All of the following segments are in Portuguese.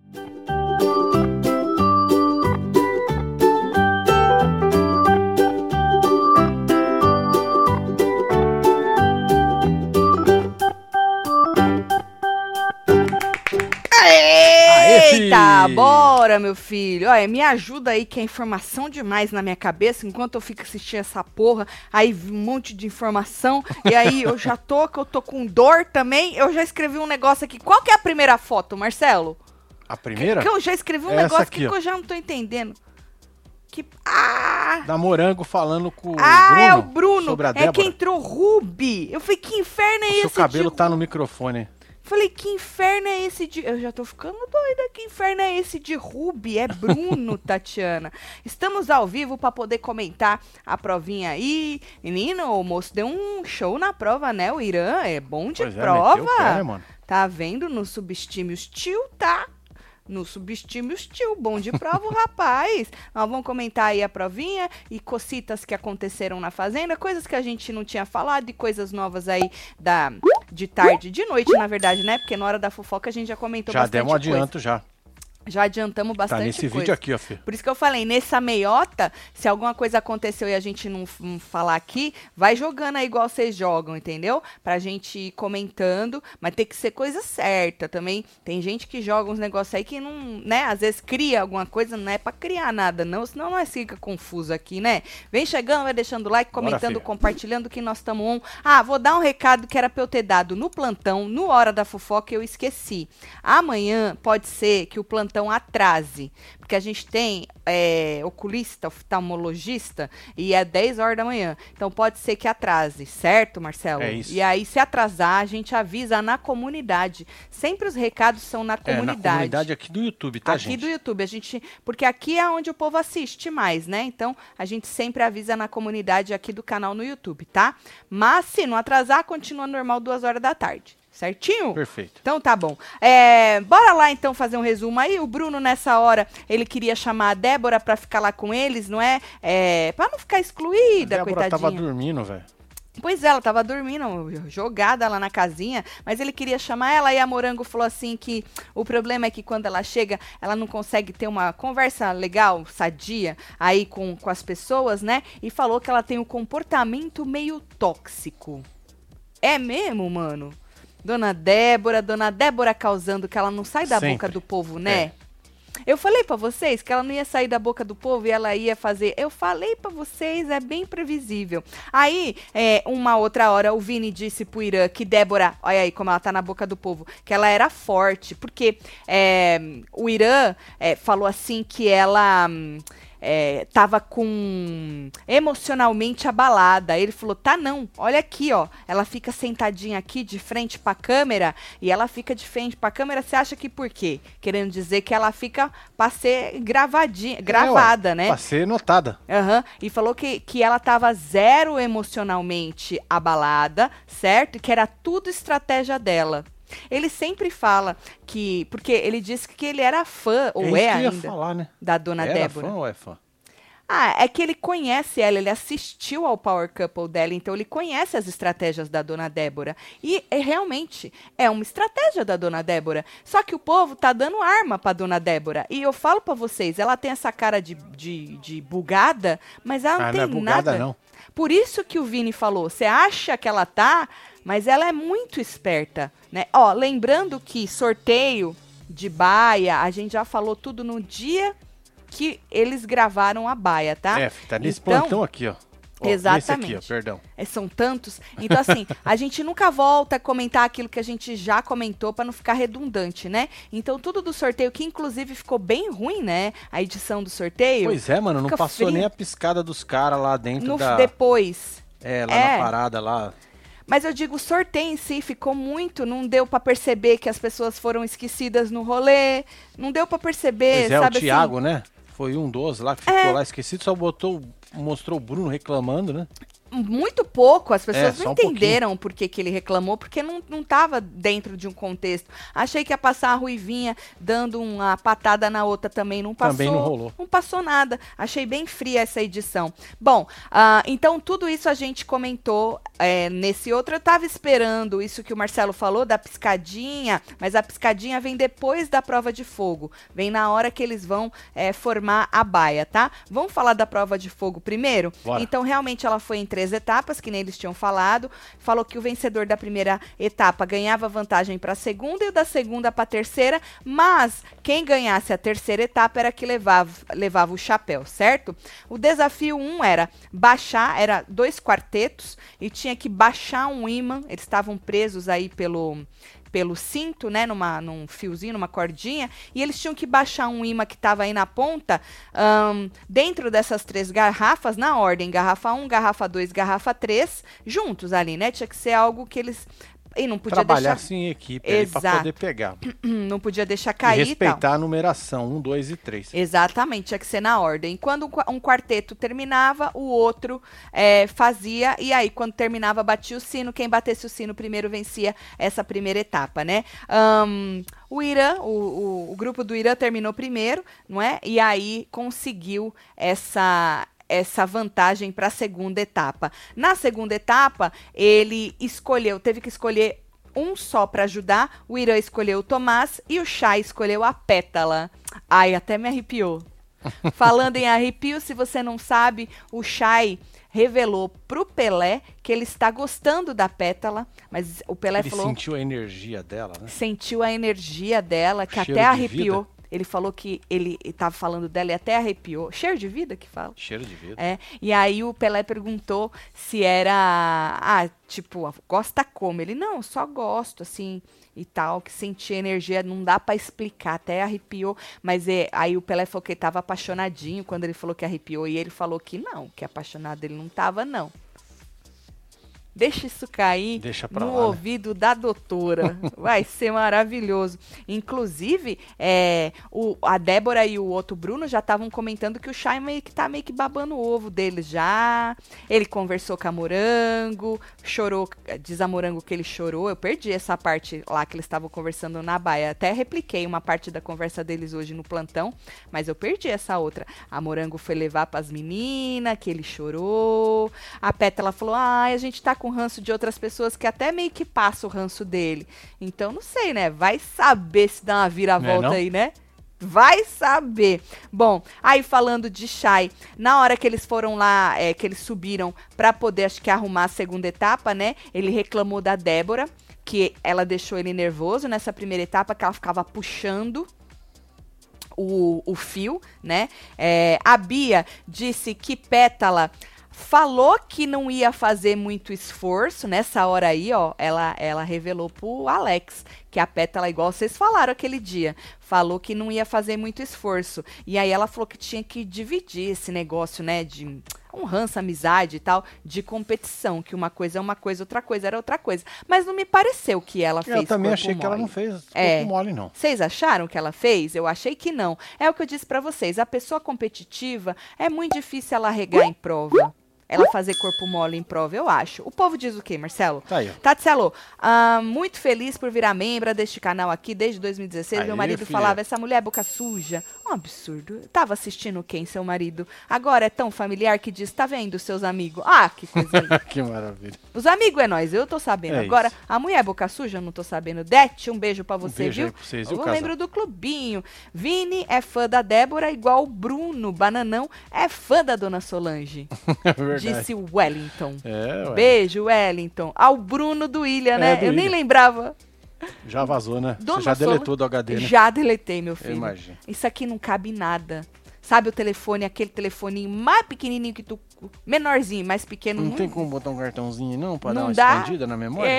Eita, bora, meu filho. Olha, me ajuda aí, que é informação demais na minha cabeça, enquanto eu fico assistindo essa porra, aí um monte de informação, e aí eu tô com dor também, eu já escrevi um negócio aqui. Qual que é a primeira foto, Marcelo? A primeira? Que eu já escrevi um negócio aqui, que eu já não tô entendendo. Da Morango falando com o Bruno. É o Bruno, sobre a Débora. É que entrou Ruby. Eu falei, que inferno é esse? O seu cabelo tá no microfone. Falei, que inferno é esse de... Eu já tô ficando doida. Que inferno é esse de Ruby? É Bruno, Tatiana. Estamos ao vivo para poder comentar a provinha aí. Menino, o moço deu um show na prova, né? O Irã é bom de prova. Meteu o pé, né, mano? Tá vendo? No Subestime os Tio, tá? No Subestime os Tio. Bom de prova, rapaz. Nós vamos comentar aí a provinha e cocitas que aconteceram na Fazenda. Coisas que a gente não tinha falado e coisas novas aí de tarde, de noite, na verdade, né? Porque na hora da fofoca a gente já comentou bastante coisa. Já demos um adianto, já. Já adiantamos bastante coisa. Tá nesse coisa. vídeo aqui, ó, filho. Por isso que eu falei, nessa meiota, se alguma coisa aconteceu e a gente não falar aqui, vai jogando aí igual vocês jogam, entendeu? Pra gente ir comentando, mas tem que ser coisa certa também. Tem gente que joga uns negócios aí que não, né? Às vezes cria alguma coisa, não é pra criar nada, não. Senão nós fica confuso aqui, né? Vem chegando, vai deixando like, comentando, bora, compartilhando que nós estamos on. Vou dar um recado que era pra eu ter dado no plantão, no Hora da Fofoca, eu esqueci. Amanhã pode ser que o plantão atrase, porque a gente tem oculista, oftalmologista, e é 10 horas da manhã. Então pode ser que atrase, certo, Marcelo? É isso. E aí, se atrasar, a gente avisa na comunidade. Sempre os recados são na comunidade. Na comunidade aqui do YouTube, tá, gente? Aqui do YouTube, porque aqui é onde o povo assiste mais, né? Então, a gente sempre avisa na comunidade aqui do canal no YouTube, tá? Mas, se não atrasar, continua normal 2 horas da tarde. Certinho? Perfeito. Então tá bom. Bora lá então fazer um resumo aí. O Bruno, nessa hora, ele queria chamar a Débora pra ficar lá com eles, não é? Pra não ficar excluída, coitadinha. A Débora tava dormindo, velho. Pois é, ela tava dormindo, jogada lá na casinha, mas ele queria chamar ela e a Morango falou assim que o problema é que quando ela chega, ela não consegue ter uma conversa legal, sadia, aí com as pessoas, né? E falou que ela tem um comportamento meio tóxico. É mesmo, mano? Dona Débora causando que ela não sai da boca do povo, né? Eu falei pra vocês que ela não ia sair da boca do povo e ela ia fazer... Eu falei pra vocês, é bem previsível. Aí, uma outra hora, o Vini disse pro Irã que Débora... Olha aí como ela tá na boca do povo. Que ela era forte. Porque o Irã falou assim que ela... tava emocionalmente abalada. Ele falou, tá não, olha aqui, ó. Ela fica sentadinha aqui de frente pra câmera e ela fica de frente pra câmera. Você acha que por quê? Querendo dizer que ela fica pra ser gravada, né? Pra ser notada. E falou que ela tava zero emocionalmente abalada, certo? E que era tudo estratégia dela. Ele sempre fala que... Porque ele disse que ele era fã, ou ainda, falar, né? da Dona Débora. Era fã ou é fã? É que ele conhece ela, ele assistiu ao Power Couple dela, então ele conhece as estratégias da Dona Débora. E realmente é uma estratégia da Dona Débora. Só que o povo tá dando arma pra Dona Débora. E eu falo pra vocês, ela tem essa cara de bugada, mas ela não tem nada. Não é bugada, não. Por isso que o Vini falou, você acha que ela tá... Mas ela é muito esperta, né? Ó, lembrando que sorteio de baia, a gente já falou tudo no dia que eles gravaram a baia, tá? Tá nesse plantão aqui, ó. Exatamente. Esse aqui, ó, perdão. São tantos. Então, assim, a gente nunca volta a comentar aquilo que a gente já comentou para não ficar redundante, né? Então, tudo do sorteio, que inclusive ficou bem ruim, né? A edição do sorteio. Pois é, mano, não passou nem a piscada dos caras lá dentro depois. Na parada lá. Mas eu digo, o sorteio em si ficou muito, não deu pra perceber que as pessoas foram esquecidas no rolê, não deu pra perceber, pois sabe o Thiago, assim? né? Foi um dos lá que ficou lá esquecido, só mostrou o Bruno reclamando, né? muito pouco, as pessoas não um entenderam por que ele reclamou, porque não estava dentro de um contexto. Achei que ia passar a Ruivinha dando uma patada na outra também, não passou. Também não rolou. Não passou nada. Achei bem fria essa edição. Bom, então tudo isso a gente comentou nesse outro. Eu estava esperando isso que o Marcelo falou, da piscadinha, mas a piscadinha vem depois da prova de fogo. Vem na hora que eles vão formar a baia, tá? Vamos falar da prova de fogo primeiro? Bora. Então, realmente, ela foi em 3 etapas, que nem eles tinham falado. Falou que o vencedor da primeira etapa ganhava vantagem para a segunda e o da segunda para a terceira, mas quem ganhasse a terceira etapa era que levava o chapéu, certo? O desafio 1 era baixar, era 2 quartetos e tinha que baixar um ímã. Eles estavam presos aí pelo cinto, né, num fiozinho, numa cordinha, e eles tinham que baixar um ímã que estava aí na ponta, dentro dessas 3 garrafas, na ordem, garrafa 1, garrafa 2, garrafa 3, juntos ali, né, tinha que ser algo que eles... E não podia trabalhar deixar... assim em equipe para poder pegar. Não podia deixar cair. E respeitar a numeração, 1, 2 e 3. Exatamente, tinha que ser na ordem. Quando um quarteto terminava, o outro fazia, e aí quando terminava batia o sino, quem batesse o sino primeiro vencia essa primeira etapa, né? O Irã, o grupo do Irã terminou primeiro, não é? E aí conseguiu essa vantagem para a segunda etapa. Na segunda etapa, ele teve que escolher um só para ajudar. O Irã escolheu o Tomás e o Chay escolheu a Pétala. Ai, até me arrepiou. Falando em arrepio, se você não sabe, o Chay revelou pro Pelé que ele está gostando da Pétala, mas o Pelé falou... Ele sentiu a energia dela, né? Sentiu a energia dela, que até arrepiou. Ele falou que ele estava falando dela e até arrepiou. Cheiro de vida que fala. Cheiro de vida. E aí o Pelé perguntou se era... tipo, gosta como? Ele, não, só gosto, assim, e tal, que sentia energia, não dá pra explicar, até arrepiou. Mas aí o Pelé falou que ele tava apaixonadinho quando ele falou que arrepiou, e ele falou que não, que apaixonado ele não tava, não. Deixa isso cair no ouvido da doutora. Vai ser maravilhoso. Inclusive, a Débora e o outro Bruno já estavam comentando que o Chay tá meio que babando o ovo deles já. Ele conversou com a Morango, chorou, diz a Morango que ele chorou. Eu perdi essa parte lá que eles estavam conversando na baia. Até repliquei uma parte da conversa deles hoje no plantão, mas eu perdi essa outra. A Morango foi levar pras meninas, que ele chorou. A Pétala falou, a gente tá com ranço de outras pessoas que até meio que passa o ranço dele. Então, não sei, né? Vai saber se dá uma viravolta aí, né? Vai saber. Bom, aí falando de Chay, na hora que eles foram lá, que eles subiram pra poder, acho que arrumar a segunda etapa, né? Ele reclamou da Débora, que ela deixou ele nervoso nessa primeira etapa, que ela ficava puxando o fio, né? A Bia disse que Pétala falou que não ia fazer muito esforço. Nessa hora aí, ó, ela revelou pro Alex que a Pétala, igual vocês falaram aquele dia, falou que não ia fazer muito esforço. E aí ela falou que tinha que dividir esse negócio, né, de um ranço, amizade e tal, de competição, que uma coisa é uma coisa, outra coisa era outra coisa. Mas não me pareceu que ela fez. Eu também achei que ela não fez corpo mole, não. Vocês acharam que ela fez? Eu achei que não. É o que eu disse pra vocês, a pessoa competitiva é muito difícil ela regar em prova. Ela fazer corpo mole em prova, eu acho. O povo diz o quê, Marcelo? Tá aí, ó. Tatselo, muito feliz por virar membra deste canal aqui desde 2016. Meu marido falava, essa mulher é boca suja. Um absurdo. Tava assistindo quem, seu marido? Agora é tão familiar que diz, tá vendo seus amigos? Ah, que coisa linda. Que maravilha. Os amigos é nós, eu tô sabendo. Agora, isso. A mulher é boca suja, eu não tô sabendo. Dete, um beijo pra você, beijo viu? aí pra vocês, Eu lembro do clubinho. Vini é fã da Débora, igual o Bruno Bananão é fã da Dona Solange. É verdade. Disse o Wellington. Ué. Beijo, Wellington. Ao Bruno do Ilha, né? Eu nem lembrava. Já vazou, né? Dona Você já deletou do HD, né? Já deletei, meu filho. Eu imagino. Isso aqui não cabe nada. Sabe o telefone, aquele telefoninho mais pequenininho que tu... Menorzinho, mais pequeno. Não tem como botar um cartãozinho, não? Pra dar uma dá, expandida na memória?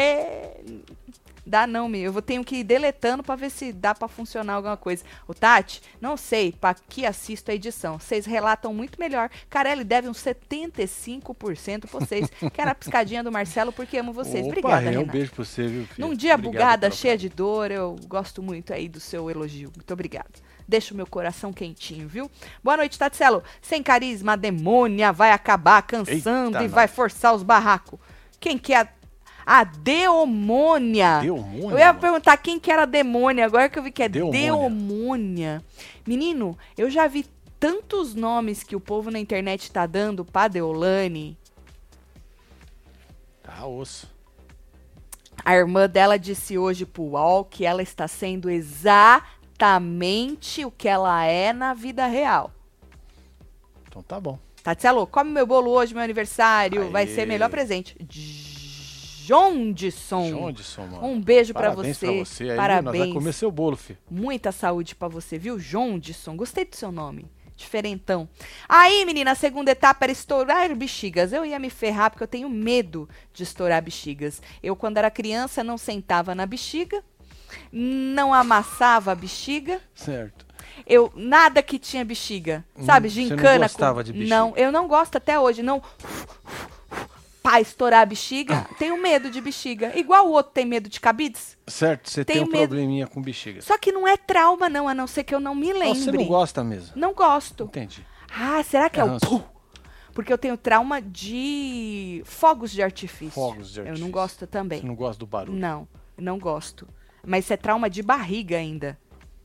Dá não, meu. Eu tenho que ir deletando pra ver se dá pra funcionar alguma coisa. O Tati, não sei, pra que assisto a edição. Vocês relatam muito melhor. Carelli deve uns 75% pra vocês. Quero a piscadinha do Marcelo porque amo vocês. Opa, Obrigada, Renata. Um beijo pra você, viu, filho? Num dia Obrigado bugada, cheia de dor, eu gosto muito aí do seu elogio. Muito obrigada. deixa o meu coração quentinho, viu? Boa noite, Tatselo. Sem carisma, a demônia vai acabar cansando. Eita, e vai forçar os barracos. Quem que é a Deomônia? Deomônia? Eu ia perguntar quem que era a demônia, agora que eu vi que é Deomônia. Menino, eu já vi tantos nomes que o povo na internet tá dando pra Deolane. Tá osso. A irmã dela disse hoje pro UOL que ela está sendo exatamente o que ela é na vida real. Então tá bom. Tatselo, come meu bolo hoje, meu aniversário. Aê. Vai ser melhor presente. Jondson, mano. Um beijo Parabéns pra você. Aí, parabéns. Nós vai comer seu bolo, filho. Muita saúde pra você, viu, Jondson? Gostei do seu nome. Diferentão. Aí, menina, a segunda etapa era estourar bexigas. Eu ia me ferrar porque eu tenho medo de estourar bexigas. Eu, quando era criança, não sentava na bexiga, não amassava a bexiga. Certo. Eu, nada que tinha bexiga. Sabe, gincana. Você não gostava de bexiga? Não, eu não gosto até hoje. Não... Pá, estourar a bexiga, tenho medo de bexiga. Igual o outro tem medo de cabides. Certo, você tem um probleminha com bexiga. Só que não é trauma, não, a não ser que eu não me lembre. Você não gosta mesmo? Não gosto. Entendi. Ah, será que é o pum? Porque eu tenho trauma de fogos de artifício. Fogos de artifício. Eu não gosto também. Você não gosta do barulho? Não gosto. Mas isso é trauma de barriga ainda.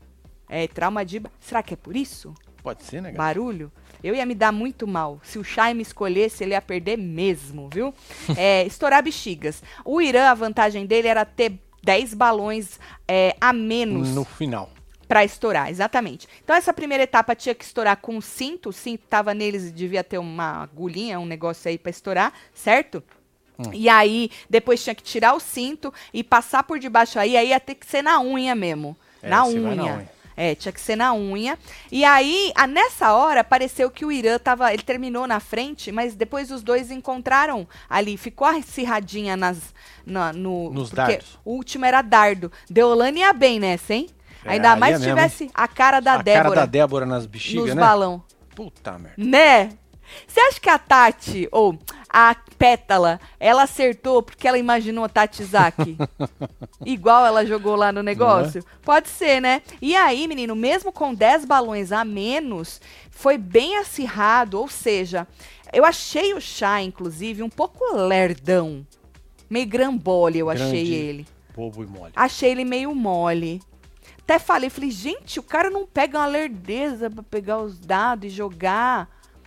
É trauma de... Será que é por isso? Pode ser, né, gata? Barulho? Eu ia me dar muito mal. Se o Chay me escolhesse, ele ia perder mesmo, viu? Estourar bexigas. O Irã, a vantagem dele era ter 10 balões a menos. No final. Pra estourar, exatamente. Então, essa primeira etapa tinha que estourar com o cinto tava neles e devia ter uma agulhinha, um negócio aí pra estourar, certo? E aí, depois tinha que tirar o cinto e passar por debaixo aí ia ter que ser na unha mesmo. Na unha. Tinha que ser na unha. E aí, nessa hora, pareceu que o Irã ele terminou na frente, mas depois os dois encontraram ali, ficou acirradinha nos dardos. O último era dardo. Deolane ia bem nessa, hein? Ainda mais se tivesse a cara da Débora. A cara da Débora nas bexigas, nos né? balão. Puta merda. Né? Você acha que a Tati, ou a Pétala, ela acertou porque ela imaginou a Tati Zaki? Igual ela jogou lá no negócio? Uhum. Pode ser, né? E aí, menino, mesmo com 10 balões a menos, foi bem acirrado, ou seja, eu achei o chá, inclusive, um pouco lerdão. Meio grambole, eu achei ele. Bobo e mole. Achei ele meio mole. Até falei, gente, o cara não pega uma lerdeza pra pegar os dados e jogar.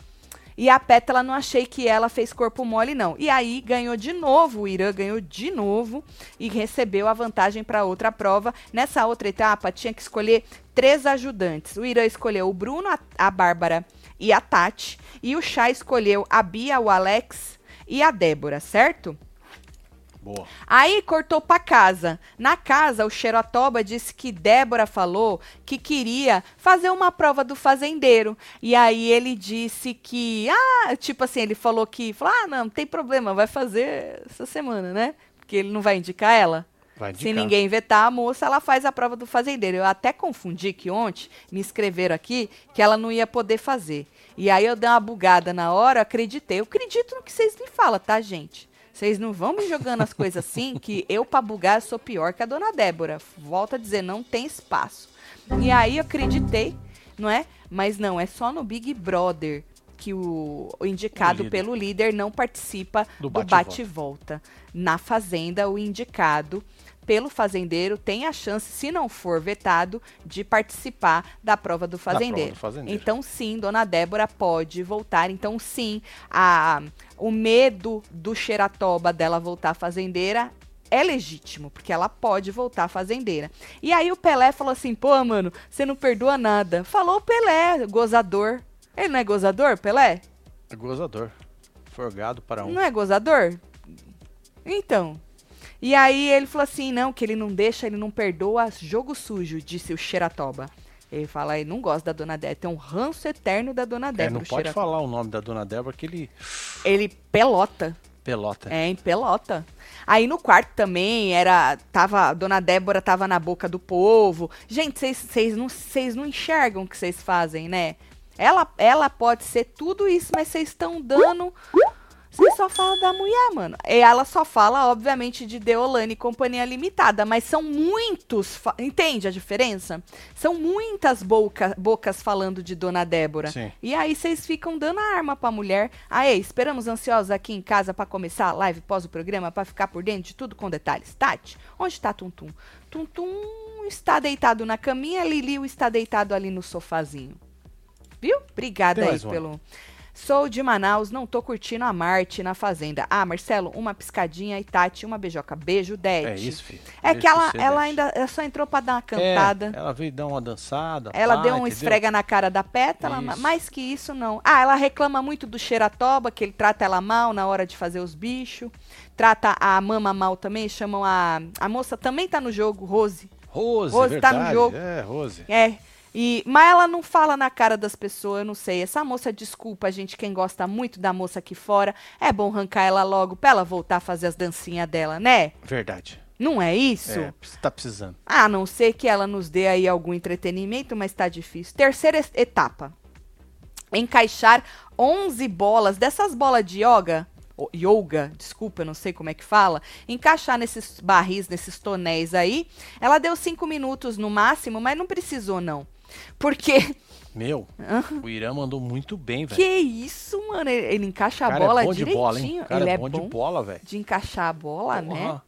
E a Pétala, não achei que ela fez corpo mole, não. E aí, ganhou de novo, o Irã ganhou de novo e recebeu a vantagem para outra prova. Nessa outra etapa, tinha que escolher 3 ajudantes. O Irã escolheu o Bruno, a Bárbara e a Tati. E o Chá escolheu a Bia, o Alex e a Débora, certo? Boa. Aí cortou pra casa. Na casa, o Xerotoba disse que Débora falou que queria fazer uma prova do fazendeiro. E aí ele disse que, tipo assim, ele falou, não tem problema, vai fazer essa semana, né? Porque ele não vai indicar ela. Vai indicar. Se ninguém vetar a moça, ela faz a prova do fazendeiro. Eu até confundi que ontem me escreveram aqui que ela não ia poder fazer. E aí eu dei uma bugada na hora, acreditei. Eu acredito no que vocês me falam, tá, gente? Vocês não vão me jogando as coisas assim, que eu, pra bugar, sou pior que a dona Débora. Volto a dizer, não tem espaço. E aí eu acreditei, não é? Mas não, é só no Big Brother que o indicado pelo líder não participa do bate-volta. Na Fazenda, o indicado pelo fazendeiro tem a chance, se não for vetado, de participar da prova do fazendeiro. Então, sim, dona Débora pode voltar. Então, sim, o medo do Xeratoba dela voltar fazendeira é legítimo, porque ela pode voltar fazendeira. E aí o Pelé falou assim, pô, mano, você não perdoa nada. Falou o Pelé, gozador. Ele não é gozador, Pelé? É gozador. Forgado para um. Não é gozador? Então... E aí ele falou assim, não, que ele não deixa, ele não perdoa jogo sujo, disse o Xeratoba. Ele fala, ele não gosta da dona Débora, tem um ranço eterno da dona Débora. Não pode falar o nome da dona Débora, que ele... Ele pelota. Pelota. Em pelota. Aí no quarto também, a dona Débora tava na boca do povo. Gente, vocês não enxergam o que vocês fazem, né? Ela pode ser tudo isso, mas vocês estão dando... Você só fala da mulher, mano. E ela só fala, obviamente, de Deolane e Companhia Limitada, mas são muitos, entende a diferença? São muitas bocas falando de Dona Débora. Sim. E aí vocês ficam dando a arma pra mulher. Aí, esperamos ansiosos aqui em casa pra começar a live pós o programa, pra ficar por dentro de tudo com detalhes. Tati, onde tá Tum-Tum? Tum-Tum está deitado na caminha, Liliu está deitado ali no sofazinho. Viu? Obrigada aí pelo... Sou de Manaus, não tô curtindo a Marte na fazenda. Ah, Marcelo, uma piscadinha e Tati, uma beijoca. Beijo, Dete. É isso, filho. É Beijo que ela você, ainda só entrou pra dar uma cantada. Ela veio dar uma dançada. Ela deu um entendeu? esfrega na cara da Pétala, Isso. mais que isso, não. Ah, ela reclama muito do Xeratoba, que ele trata ela mal na hora de fazer os bichos. Trata a Mama mal também, chamam a moça, também tá no jogo, Rose. Rose, Rose tá verdade. no jogo. É, Rose. É. Mas ela não fala na cara das pessoas, eu não sei. Essa moça, desculpa, gente, quem gosta muito da moça aqui fora, é bom arrancar ela logo pra ela voltar a fazer as dancinhas dela, né? Verdade. Não é isso? É, tá precisando. A não ser que ela nos dê aí algum entretenimento, mas tá difícil. Terceira etapa. Encaixar 11 bolas, dessas bolas de yoga, desculpa, eu não sei como é que fala, encaixar nesses barris, nesses tonéis aí. Ela deu 5 minutos no máximo, mas não precisou não. Porque... Meu, o Irã mandou muito bem, velho. Que isso, mano? Ele encaixa a Cara, bola é bom de direitinho. bola, hein? Cara, ele é bom de bola, velho. de encaixar a bola, né?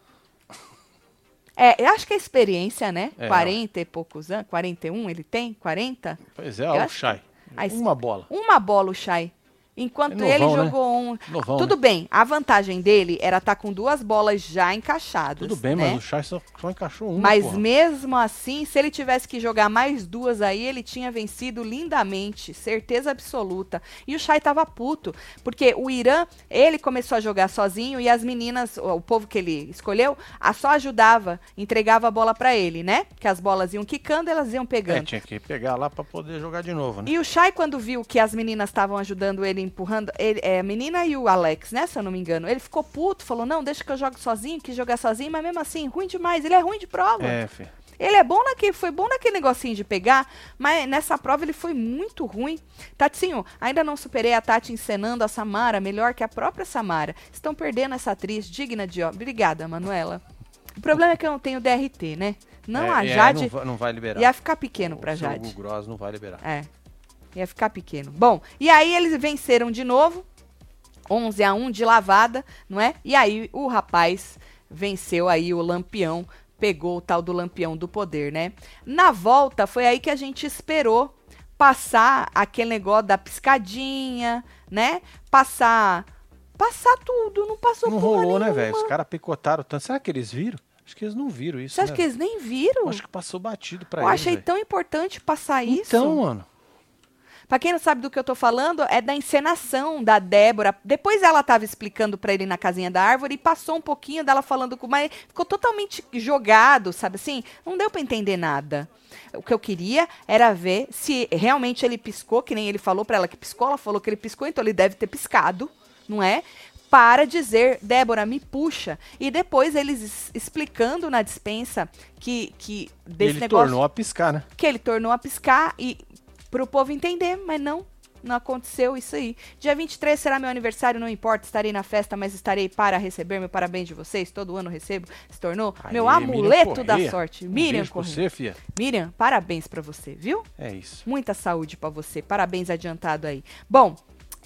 Porra. Eu acho que é experiência, né? É, 40 e poucos anos, 41 ele tem? 40? Pois é, ó, o Chay. Uma bola. Uma bola o Chay. Enquanto É novão, ele jogou né? Novão, Tudo né? bem, a vantagem dele era estar com 2 bolas já encaixadas. Tudo bem, né? mas o Chay só encaixou uma, Mas porra. mesmo assim, se ele tivesse que jogar mais 2 aí, ele tinha vencido lindamente, certeza absoluta. E o Chay tava puto, porque o Irã, ele começou a jogar sozinho e as meninas, o povo que ele escolheu, só ajudava, entregava a bola pra ele, né? Que as bolas iam quicando, elas iam pegando. Tinha que pegar lá pra poder jogar de novo, né? E o Chay, quando viu que as meninas estavam ajudando ele, empurrando, a menina e o Alex, né, se eu não me engano, ele ficou puto, falou, não, deixa que eu jogue sozinho, quis jogar sozinho, mas mesmo assim, ruim demais, ele é ruim de prova. Filho. Ele é bom foi bom naquele negocinho de pegar, mas nessa prova ele foi muito ruim. Tatinho, ainda não superei a Tati encenando a Samara, melhor que a própria Samara. Estão perdendo essa atriz digna de... Obrigada, Manuela. O problema é que eu não tenho DRT, né? Não, a Jade... Não vai liberar. Ia ficar pequeno pra Jade. O Gross não vai liberar. Ia ficar pequeno. Bom, e aí eles venceram de novo, 11-1 de lavada, não é? E aí o rapaz venceu aí o Lampião, pegou o tal do Lampião do Poder, né? Na volta, foi aí que a gente esperou passar aquele negócio da piscadinha, né? Passar tudo, não passou Não porra rolou, nenhuma. né, velho? Os caras picotaram tanto. Será que eles viram? Acho que eles não viram isso, Você acha que eles nem viram? Eu acho que passou batido pra Eu eles, achei véio. tão importante passar isso. Então, mano. Pra quem não sabe do que eu tô falando, é da encenação da Débora. Depois ela tava explicando pra ele na casinha da árvore e passou um pouquinho dela falando com o Mas ficou totalmente jogado, sabe assim? Não deu pra entender nada. O que eu queria era ver se realmente ele piscou, que nem ele falou pra ela que piscou, ela falou que ele piscou, então ele deve ter piscado, não é? Para dizer, Débora, me puxa. E depois eles explicando na dispensa que desse Ele negócio... tornou a piscar, né? Que ele tornou a piscar e pro povo entender, mas não aconteceu isso aí. Dia 23 será meu aniversário, não importa, estarei na festa, mas estarei para receber meu parabéns de vocês, todo ano recebo, se tornou meu amuleto da sorte. Miriam Corrêa. Miriam, parabéns pra você, viu? É isso. Muita saúde pra você, parabéns adiantado aí. Bom,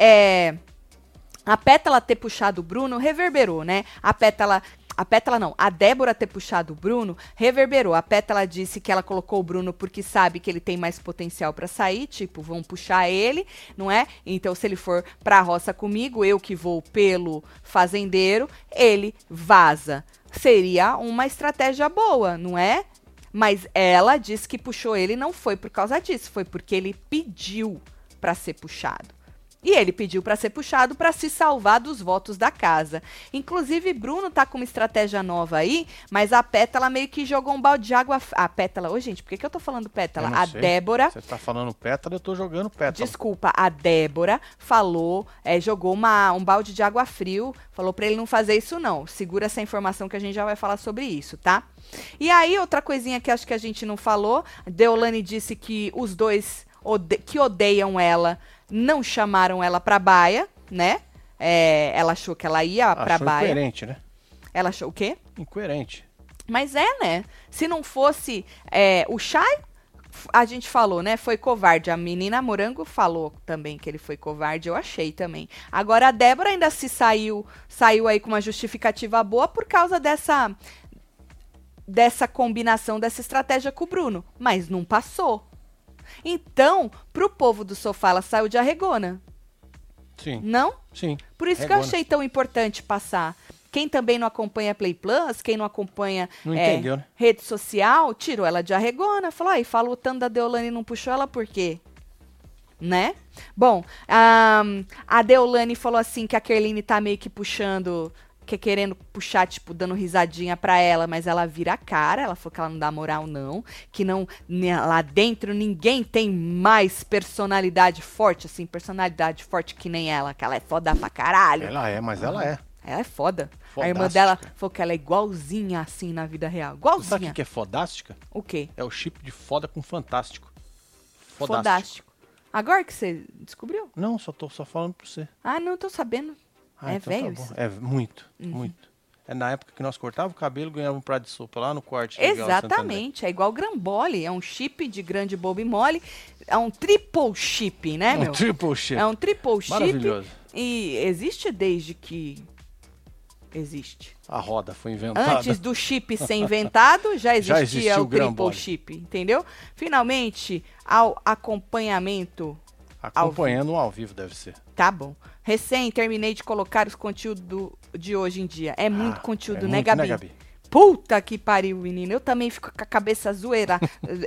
a Pétala ter puxado o Bruno reverberou, né? A Pétala não, a Débora ter puxado o Bruno reverberou. A Pétala disse que ela colocou o Bruno porque sabe que ele tem mais potencial pra sair, tipo, vão puxar ele, não é? Então, se ele for pra roça comigo, eu que vou pelo fazendeiro, ele vaza. Seria uma estratégia boa, não é? Mas ela disse que puxou ele não foi por causa disso, foi porque ele pediu pra ser puxado. E ele pediu para ser puxado para se salvar dos votos da casa. Inclusive, Bruno tá com uma estratégia nova aí, mas a Pétala meio que jogou um balde de água... A Pétala... Ô, gente, por que eu tô falando Pétala? A Débora... Você tá falando Pétala, eu tô jogando Pétala. Desculpa, a Débora falou, jogou um balde de água frio, falou para ele não fazer isso não. Segura essa informação que a gente já vai falar sobre isso, tá? E aí, outra coisinha que acho que a gente não falou, Deolane disse que os dois que odeiam ela... não chamaram ela pra baia, né? ela achou que ela ia pra Achou baia. incoerente, né? Ela achou o quê? Incoerente. Mas né? Se não fosse o Chay, a gente falou, né? Foi covarde. A menina Morango falou também que ele foi covarde. Eu achei também. Agora a Débora ainda saiu aí com uma justificativa boa por causa dessa combinação, dessa estratégia com o Bruno. Mas não passou. Então, pro povo do sofá, ela saiu de arregona. Sim. Não? Sim. Por isso que eu achei tão importante passar. Quem também não acompanha Play Plus, quem não acompanha não entendeu, né? rede social, tirou ela de arregona. Falou, falou tanto da Deolane e não puxou ela por quê? Né? Bom, a Deolane falou assim que a Kerline tá meio que puxando, querendo puxar, tipo, dando risadinha pra ela, mas ela vira a cara. Ela falou que ela não dá moral, não. Que não, lá dentro ninguém tem mais personalidade forte, assim, personalidade forte que nem ela, que ela é foda pra caralho. Ela é, mas ela é. Ela é foda. Fodástica. A irmã dela falou que ela é igualzinha assim na vida real. Igualzinha. Sabe o que é fodástica? O quê? É o chip de foda com fantástico. Fodástico. Agora que você descobriu? Não, só falando pra você. Ah, não tô sabendo. Então velho tá isso? É muito, muito. É na época que nós cortávamos o cabelo, ganhava um prato de sopa lá no corte. Exatamente. É igual Grambole. É um chip de grande bobo e mole. É um triple chip, né, meu? Um triple chip. É um triple chip. Maravilhoso. E existe desde que... Existe. A roda foi inventada. Antes do chip ser inventado, já existia o triple Grambole. chip, entendeu? Finalmente, ao acompanhamento... Acompanhando ao vivo, deve ser. Tá bom. Recém terminei de colocar os conteúdos de hoje em dia. É muito conteúdo, né, Gabi? Puta que pariu, menina. Eu também fico com a cabeça zoeira.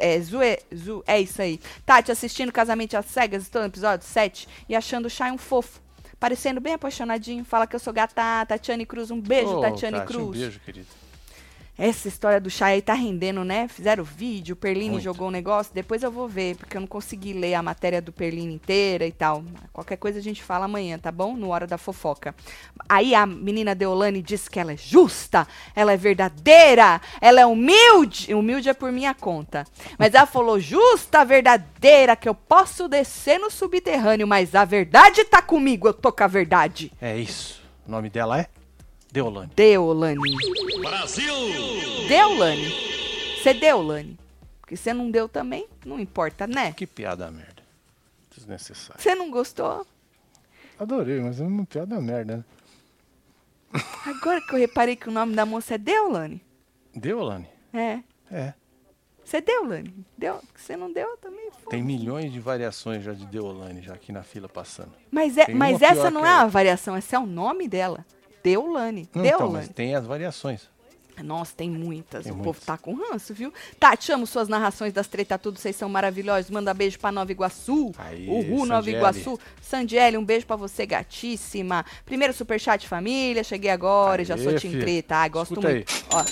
É isso aí. Tati, assistindo Casamento às Cegas, estou no episódio 7 e achando o Chay um fofo. Parecendo bem apaixonadinho. Fala que eu sou gata. Tatiane Cruz, um beijo, Tatiane Tati, Cruz. Um beijo, querido. Essa história do Chay aí tá rendendo, né? Fizeram vídeo, o Perline Muito. jogou um negócio. Depois eu vou ver, porque eu não consegui ler a matéria do Perline inteira e tal. Qualquer coisa a gente fala amanhã, tá bom? No Hora da Fofoca. Aí a menina Deolane disse que ela é justa, ela é verdadeira, ela é humilde. Humilde é por minha conta. Mas ela falou justa, verdadeira, que eu posso descer no subterrâneo, mas a verdade tá comigo, eu tô com a verdade. É isso. O nome dela é Deolane. Deolane. Brasil! Deolane. Você Deolane. Porque você não deu também, não importa, né? Que piada merda. Desnecessário. Você não gostou? Adorei, mas é uma piada merda, né? Agora que eu reparei que o nome da moça é Deolane. Deolane? É. É. Você Deolane. Deu? Você não deu também? Foda. Tem milhões de variações já de Deolane já aqui na fila passando. Mas Tem uma essa pior não que é a uma outra. variação, esse é o nome dela. Deolane. Não, Deolane. então, mas tem as variações. Nossa, tem muitas. Tem o muitas. povo tá com ranço, viu? Tati, amo suas narrações das treta tudo, vocês são maravilhosos. Manda beijo pra Nova Iguaçu. Aí, Uhul, Nova Sandiele. Iguaçu. Sandiele, um beijo pra você, gatíssima. Primeiro superchat família, cheguei agora, Aê, já sou Team filha. Treta. Ai, gosto Escuta muito. Ó.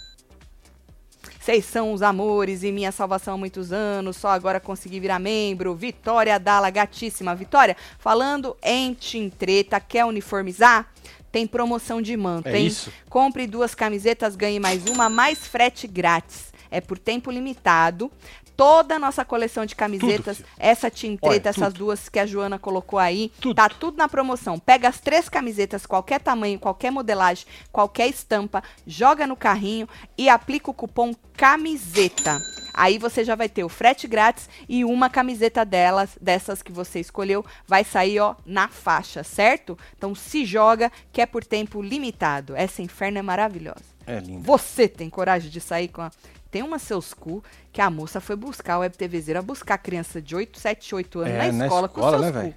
Vocês são os amores e minha salvação há muitos anos. Só agora consegui virar membro. Vitória Dala, gatíssima. Vitória, falando em Team Treta, quer uniformizar? Tem promoção de manto, É hein? isso. Compre 2 camisetas, ganhe mais uma, mais frete grátis. É por tempo limitado. Toda a nossa coleção de camisetas, Tudo, filho. essa Team Treta, Olha, essas tudo. duas que a Joana colocou aí, Tudo. tá tudo na promoção. Pega as 3 camisetas, qualquer tamanho, qualquer modelagem, qualquer estampa, joga no carrinho e aplica o cupom CAMISETA. Aí você já vai ter o frete grátis e uma camiseta dessas que você escolheu, vai sair, ó, na faixa, certo? Então se joga, que é por tempo limitado. Essa inferno é maravilhosa. É lindo. Você tem coragem de sair com a... Tem uma seus cu que a moça foi buscar, a Web TVzeira, buscar criança de 8, 7, 8 anos na escola com seus né, cu. velho?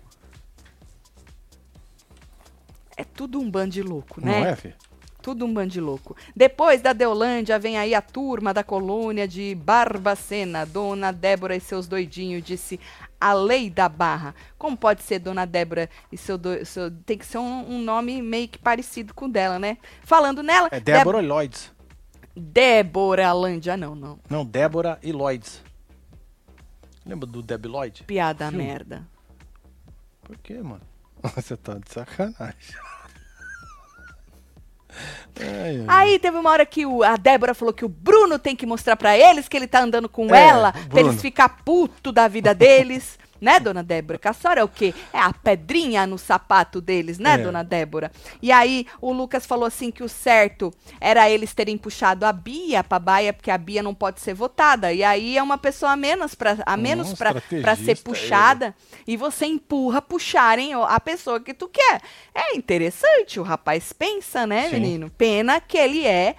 É tudo um bando de louco, né? Não é, filho? Tudo um bando de louco. Depois da Deolândia, vem aí a turma da colônia de Barbacena. Dona Débora e seus doidinhos, disse a lei da barra. Como pode ser Dona Débora e tem que ser um nome meio que parecido com o dela, né? Falando nela... É Débora e Lloyds. Débora Lândia, não. Não, Débora e Lloyds. Lembra do Debbie Lloyd? Piada Filme. merda. Por quê, mano? Você tá de sacanagem. Ai, ai. Aí teve uma hora que a Débora falou que o Bruno tem que mostrar pra eles que ele tá andando com É, ela, o pra Bruno. eles ficar puto da vida deles. Né, dona Débora? Que a senhora é o quê? É a pedrinha no sapato deles, né, dona Débora? E aí o Lucas falou assim que o certo era eles terem puxado a Bia pra baia, porque a Bia não pode ser votada. E aí é uma pessoa a menos pra ser puxada. E você empurra puxarem a pessoa que tu quer. É interessante, o rapaz pensa, né, menino? Pena que ele é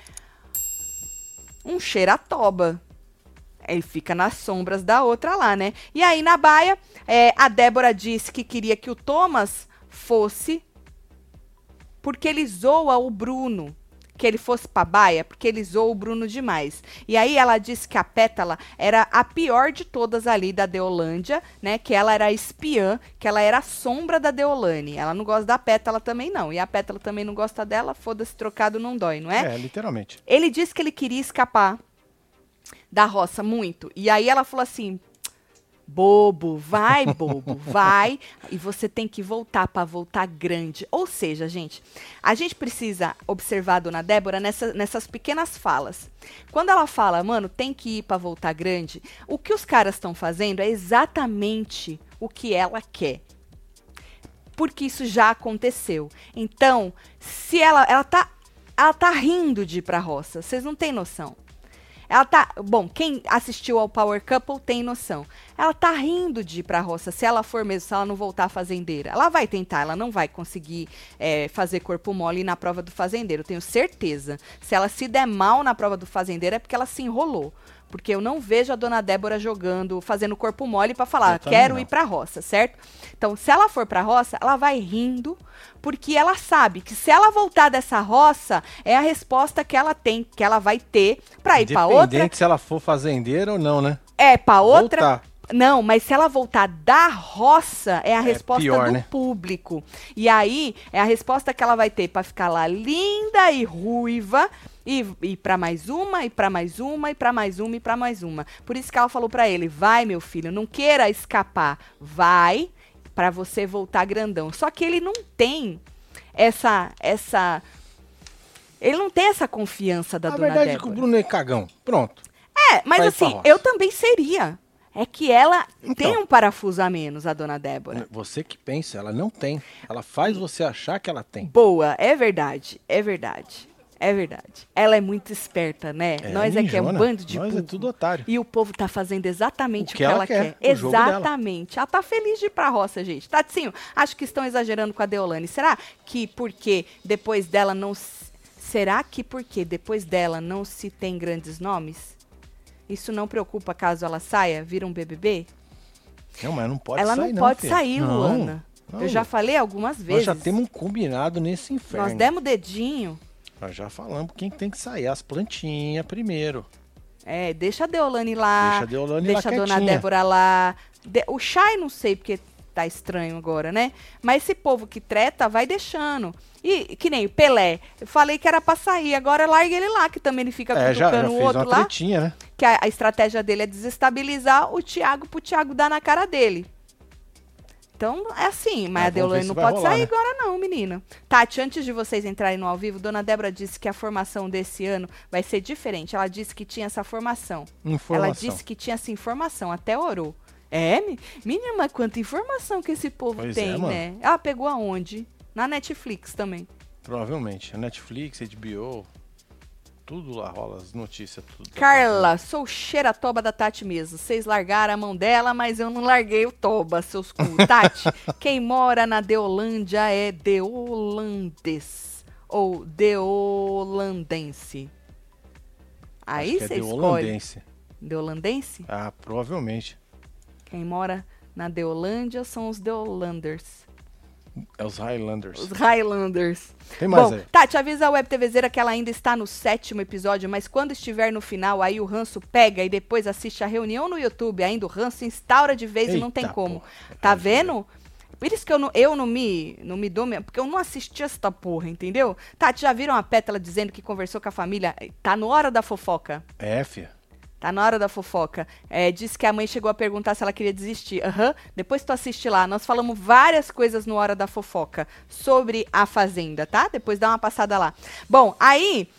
um cheiratoba. Ele fica nas sombras da outra lá, né? E aí, na baia, a Débora disse que queria que o Thomas fosse porque ele zoa o Bruno. Que ele fosse pra baia, porque ele zoa o Bruno demais. E aí ela disse que a Pétala era a pior de todas ali da Deolândia, né? Que ela era espiã, que ela era a sombra da Deolane. Ela não gosta da Pétala também, não. E a Pétala também não gosta dela, foda-se, trocado não dói, não é? É, literalmente. Ele disse que ele queria escapar da roça muito. E aí ela falou assim: bobo, vai, e você tem que voltar para voltar grande. Ou seja, gente, a gente precisa observar a dona Débora nessas pequenas falas. Quando ela fala, mano, tem que ir para voltar grande, o que os caras estão fazendo é exatamente o que ela quer. Porque isso já aconteceu. Então, se ela tá rindo de ir pra roça, vocês não têm noção. Ela tá... Bom, quem assistiu ao Power Couple tem noção. Ela tá rindo de ir pra roça, se ela for mesmo, se ela não voltar fazendeira. Ela vai tentar, ela não vai conseguir fazer corpo mole na prova do fazendeiro, tenho certeza. Se ela se der mal na prova do fazendeiro é porque ela se enrolou. Porque eu não vejo a dona Débora fazendo corpo mole pra falar, quero ir pra roça, certo? Então, se ela for pra roça, ela vai rindo, porque ela sabe que se ela voltar dessa roça, é a resposta que ela tem, que ela vai ter pra ir pra outra. Independente se ela for fazendeira ou não, né? Pra outra... Voltar. Não, mas se ela voltar da roça, é a resposta pior, do né? público. E aí, é a resposta que ela vai ter pra ficar lá linda e ruiva, e pra mais uma, e pra mais uma, e pra mais uma, e pra mais uma. Por isso que ela falou pra ele, vai, meu filho, não queira escapar, vai pra você voltar grandão. Só que ele não tem ele não tem essa confiança da dona Débora. A verdade é que o Bruno é cagão. Pronto. Mas assim, eu também seria. É que ela tem um parafuso a menos, a dona Débora. Você que pensa, ela não tem. Ela faz você achar que ela tem. Boa, é verdade, é verdade. É verdade. Ela é muito esperta, né? Nós mijona. Que é um bando de Nós burro. é tudo otário. E o povo tá fazendo exatamente o que ela ela quer. Exatamente. Ela tá feliz de ir pra roça, gente. Tatinho, acho que estão exagerando com a Deolane. Será que porque depois dela não se tem grandes nomes? Isso não preocupa caso ela saia, vira um BBB? Não, mas não pode ela sair, não pode filho. sair, Luana. Não. Eu já falei algumas vezes. Nós já temos um combinado nesse inferno. Nós demos dedinho. Nós já falamos quem tem que sair, as plantinhas primeiro. Deixa a Deolane lá. Deixa a Deolane lá Deixa a dona Débora lá. O Chay não sei porque tá estranho agora, né? Mas esse povo que treta vai deixando. E que nem o Pelé. Eu falei que era pra sair, agora larga ele lá, que também ele fica cutucando o outro lá. Tretinha, né? Que a estratégia dele é desestabilizar o Thiago pro Thiago dar na cara dele. Então, é assim, mas a Deolane não pode sair agora não, menina. Tati, antes de vocês entrarem no ao vivo, dona Débora disse que a formação desse ano vai ser diferente. Ela disse que tinha essa formação. Ela disse que tinha essa informação, até orou. Menina, mas quanta informação que esse povo tem, né? Ela pegou aonde? Na Netflix também. Provavelmente. A Netflix, HBO, tudo lá rola, as notícias, tudo. Carla, sou cheira-toba da Tati mesmo. Vocês largaram a mão dela, mas eu não larguei o toba, seus cu. Tati, quem mora na Deolândia é deolandes ou deolandense. Aí você escolhe. Deolandense. Deolandense? Ah, provavelmente. Quem mora na Deolândia são os Deolanders. É os Highlanders. Os Highlanders. Tem mais Bom, aí. Tati, avisa a Web TVzeira que ela ainda está no 7º episódio, mas quando estiver no final, aí o ranço pega e depois assiste a reunião no YouTube, ainda o ranço instaura de vez e não tem como. Tá vendo? Por isso que eu não me dou, porque eu não assisti essa porra, entendeu? Tati, já viram a Pétala dizendo que conversou com a família? Tá na hora da fofoca. Fia. Tá na hora da fofoca. Disse que a mãe chegou a perguntar se ela queria desistir. Depois tu assiste lá. Nós falamos várias coisas no Hora da Fofoca sobre a Fazenda, tá? Depois dá uma passada lá. Bom, aí...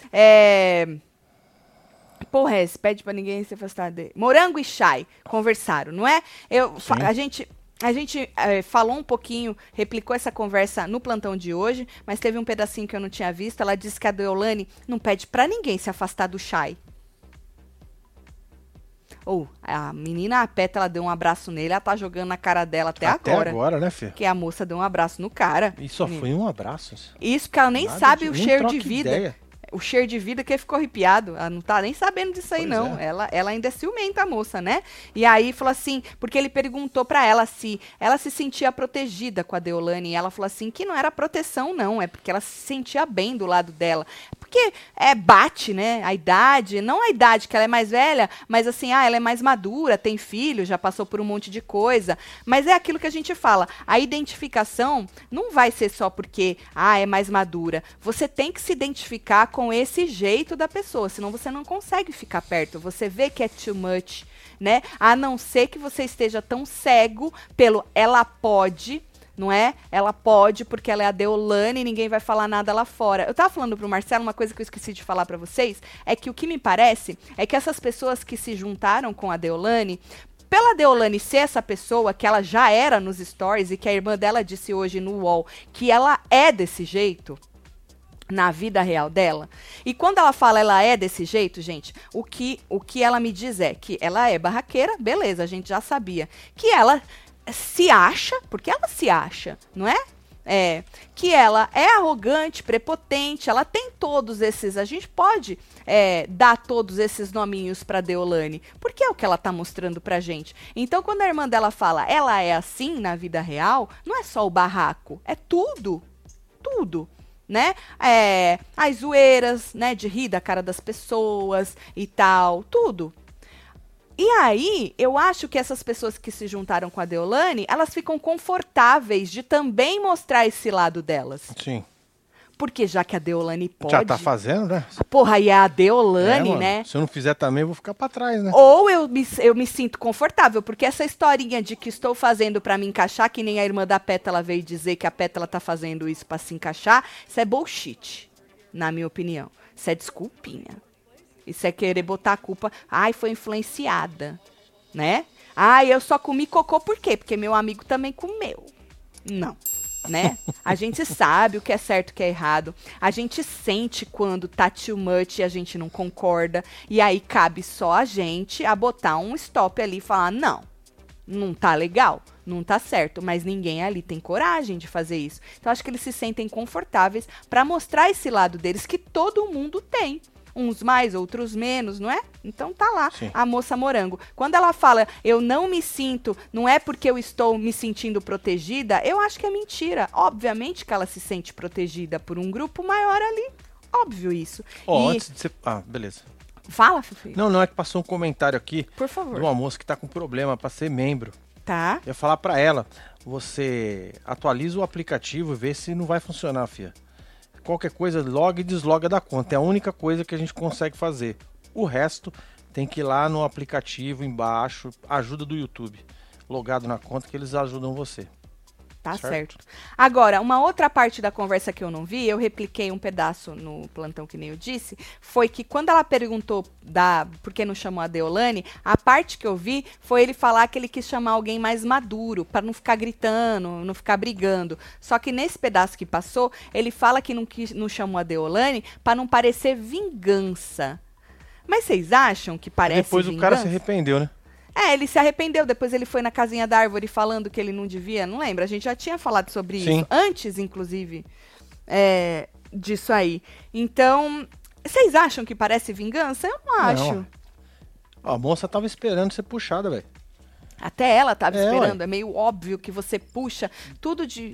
Porra, pede pra ninguém se afastar dele. Morango e Chay conversaram, não é? A gente A gente falou um pouquinho, replicou essa conversa no plantão de hoje, mas teve um pedacinho que eu não tinha visto. Ela disse que a Deolane não pede pra ninguém se afastar do Chay. Ou a menina, a Pétala deu um abraço nele, ela tá jogando na cara dela até agora. Até agora, né, filho? Que a moça deu um abraço no cara. E só foi um abraço. Isso porque ela nem sabe o cheiro de vida. Ideia. O cheiro de vida que ficou arrepiado. Ela não tá nem sabendo disso aí, Pois não. é. Ela ainda é ciumenta, a moça, né? E aí falou assim, porque ele perguntou pra ela se ela se sentia protegida com a Deolane. E ela falou assim que não era proteção, não. É porque ela se sentia bem do lado dela. Porque bate, né? A idade, não a idade que ela é mais velha, mas assim, ela é mais madura, tem filho, já passou por um monte de coisa. Mas é aquilo que a gente fala. A identificação não vai ser só porque, é mais madura. Você tem que se identificar com esse jeito da pessoa, senão você não consegue ficar perto. Você vê que é too much, né? A não ser que você esteja tão cego pelo ela pode, não é? Ela pode porque ela é a Deolane e ninguém vai falar nada lá fora. Eu tava falando pro Marcelo, uma coisa que eu esqueci de falar pra vocês, é que o que me parece é que essas pessoas que se juntaram com a Deolane, pela Deolane ser essa pessoa que ela já era nos stories e que a irmã dela disse hoje no UOL que ela é desse jeito, na vida real dela. E quando ela fala ela é desse jeito, gente, o que ela me diz é que ela é barraqueira, beleza, a gente já sabia. Que ela se acha, porque ela se acha, não é? Que ela é arrogante, prepotente, ela tem todos esses, a gente pode dar todos esses nominhos pra Deolane, porque é o que ela tá mostrando pra gente. Então, quando a irmã dela fala, ela é assim na vida real, não é só o barraco, é tudo, né? As zoeiras, né? De rir da cara das pessoas e tal, tudo. E aí, eu acho que essas pessoas que se juntaram com a Deolane, elas ficam confortáveis de também mostrar esse lado delas. Sim. Porque já que a Deolane pode... Já tá fazendo, né? Porra, aí é a Deolane, mano, né? Se eu não fizer também, eu vou ficar pra trás, né? Ou eu me sinto confortável, porque essa historinha de que estou fazendo pra me encaixar, que nem a irmã da Pétala veio dizer que a Pétala tá fazendo isso pra se encaixar, isso é bullshit, na minha opinião. Isso é desculpinha. Isso é querer botar a culpa, foi influenciada, né? Eu só comi cocô por quê? Porque meu amigo também comeu. Não, né? A gente sabe o que é certo e o que é errado. A gente sente quando tá too much e a gente não concorda. E aí cabe só a gente a botar um stop ali e falar, não tá legal, não tá certo. Mas ninguém ali tem coragem de fazer isso. Então acho que eles se sentem confortáveis para mostrar esse lado deles que todo mundo tem. Uns mais, outros menos, não é? Então tá lá, sim, a moça morango. Quando ela fala, eu não me sinto, não é porque eu estou me sentindo protegida, eu acho que é mentira. Obviamente que ela se sente protegida por um grupo maior ali. Óbvio isso. Antes de você... beleza. Fala, Fifi. Não, é que passou um comentário aqui, por favor, de uma moça que tá com problema para ser membro. Tá. Eu ia falar para ela, você atualiza o aplicativo e vê se não vai funcionar, filha. Qualquer coisa, loga e desloga da conta. É a única coisa que a gente consegue fazer. O resto tem que ir lá no aplicativo embaixo, ajuda do YouTube. Logado na conta que eles ajudam você. Tá certo. Agora, uma outra parte da conversa que eu não vi, eu repliquei um pedaço no plantão que nem eu disse, foi que quando ela perguntou por que não chamou a Deolane, a parte que eu vi foi ele falar que ele quis chamar alguém mais maduro, para não ficar gritando, não ficar brigando. Só que nesse pedaço que passou, ele fala que não chamou a Deolane para não parecer vingança. Mas vocês acham que parece depois vingança? O cara se arrependeu, né? Ele se arrependeu, depois ele foi na casinha da árvore falando que ele não devia, não lembra? A gente já tinha falado sobre Sim. isso, antes, inclusive, disso aí. Então, vocês acham que parece vingança? Eu não acho. A moça tava esperando ser puxada, velho. Até ela tava esperando, é meio óbvio que você puxa tudo de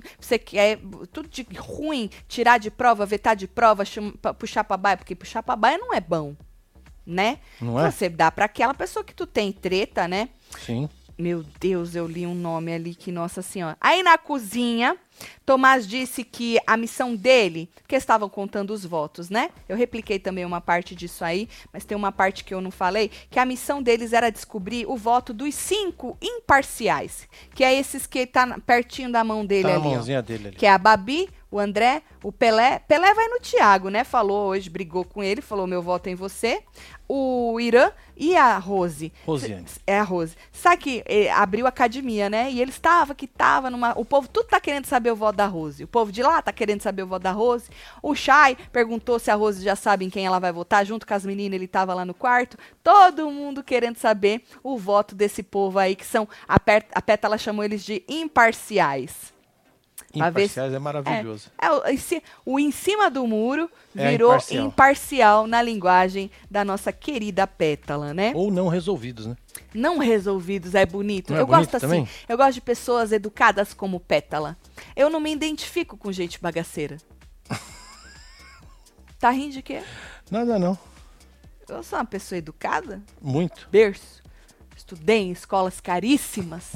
ruim, tirar de prova, vetar de prova, puxar pra baia, porque puxar pra baia não é bom. Né? Não é? Você dá pra aquela pessoa que tu tem treta, né? Sim. Meu Deus, eu li um nome ali que, nossa senhora. Aí na cozinha, Tomás disse que a missão dele, porque estavam contando os votos, né? Eu repliquei também uma parte disso aí, mas tem uma parte que eu não falei, que a missão deles era descobrir o voto dos 5 imparciais, que é esses que tá pertinho da mão dele ali, na mãozinha dele ali. Que é a Babi, o André, o Pelé. Pelé vai no Thiago, né? Falou hoje, brigou com ele, falou meu voto é em você. O Irã e a Rose. Rosiane. É a Rose. Sabe que abriu academia, né? E ele tava numa... O povo tudo tá querendo saber o voto da Rose. O povo de lá tá querendo saber o voto da Rose. O Chay perguntou se a Rose já sabe em quem ela vai votar. Junto com as meninas, ele tava lá no quarto. Todo mundo querendo saber o voto desse povo aí, que são... A Pétala chamou eles de imparciais. Imparciais é maravilhoso. O em cima do muro virou imparcial na linguagem da nossa querida Pétala, né? Ou não resolvidos, né? Não resolvidos é bonito. Não é eu bonito gosto assim. também? Eu gosto de pessoas educadas como Pétala. Eu não me identifico com gente bagaceira. Tá rindo de quê? Nada não. Eu sou uma pessoa educada. Muito. Berço. Estudei em escolas caríssimas.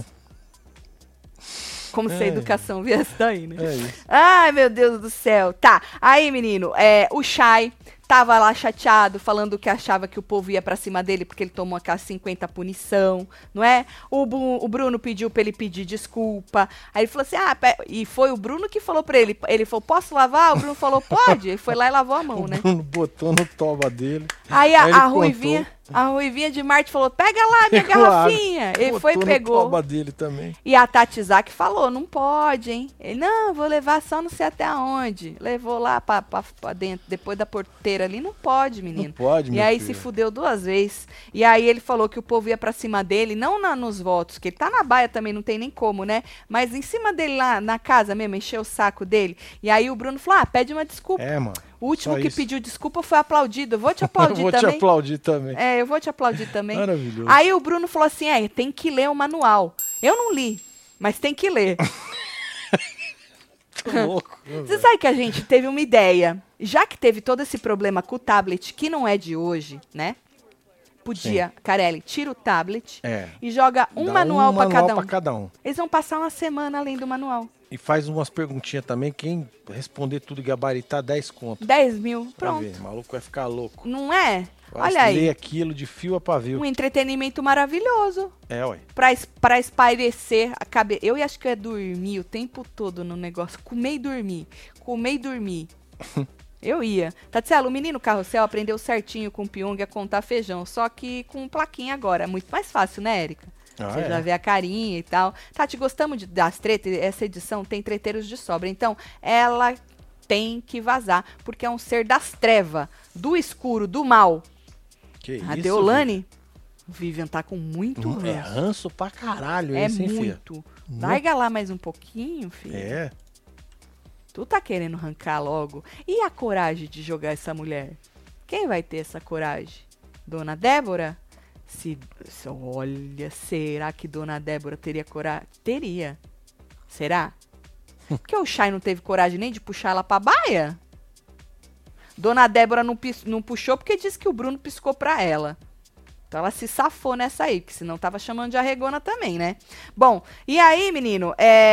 Como se a educação viesse daí, né? É isso. Ai, meu Deus do céu. Tá, aí, menino, o Chay tava lá chateado, falando que achava que o povo ia pra cima dele porque ele tomou aquela 50 punição, não é? O Bruno pediu pra ele pedir desculpa. Aí ele falou assim, e foi o Bruno que falou pra ele. Ele falou, posso lavar? O Bruno falou, pode. Ele foi lá e lavou a mão, né? O Bruno botou no toba dele. Aí a Ruivinha de Marte falou, pega lá minha garrafinha. Ele foi e pegou. No toba dele também. E a Tati Zak falou, não pode, hein? Ele, não, vou levar só não sei até aonde. Levou lá pra dentro, depois da porteira ali, não pode, menino. Não pode, E aí filho. se fudeu 2 vezes. E aí ele falou que o povo ia pra cima dele, não nos votos, que ele tá na baia também, não tem nem como, né? Mas em cima dele lá, na casa mesmo, encheu o saco dele. E aí o Bruno falou, pede uma desculpa. Mano. O último só que isso. pediu desculpa foi aplaudido. Eu vou te aplaudir Eu vou também. te aplaudir também. Eu vou te aplaudir também. Maravilhoso. Aí o Bruno falou assim, tem que ler o manual. Eu não li, mas tem que ler. Tô louco. Você sabe que a gente teve uma ideia. Já que teve todo esse problema com o tablet, que não é de hoje, né? Podia, Carelli, tira o tablet e joga um manual pra cada um. Eles vão passar uma semana além do manual. E faz umas perguntinhas também. Quem responder tudo e gabaritar, 10 conto. 10 mil, pronto. O maluco vai ficar louco. Não é? Vai Olha aí. ler aquilo de fio a pavio. Um entretenimento maravilhoso. Ué. Pra espairecer a cabeça. Eu acho que eu ia dormir o tempo todo no negócio. Comer e dormir. Comer e dormir. Eu ia. Tatselo, o menino carrossel aprendeu certinho com o Pyong a contar feijão. Só que com plaquinha agora. É muito mais fácil, né, Érica? Você já vê a carinha e tal. Tati, gostamos das tretas. Essa edição tem treteiros de sobra. Então, ela tem que vazar. Porque é um ser das trevas, do escuro, do mal. Que a isso, Deolane, o Vivian tá com muito ranço. É ranço pra caralho esse, hein, muito. Filho? Larga lá mais um pouquinho, filho. Tu tá querendo arrancar logo. E a coragem de jogar essa mulher? Quem vai ter essa coragem? Dona Débora? Olha, será que Dona Débora teria coragem? Teria. Será? Porque o Chay não teve coragem nem de puxar ela pra baia? Dona Débora não puxou porque disse que o Bruno piscou pra ela. Então ela se safou nessa aí, porque senão tava chamando de arregona também, né? Bom, e aí, menino,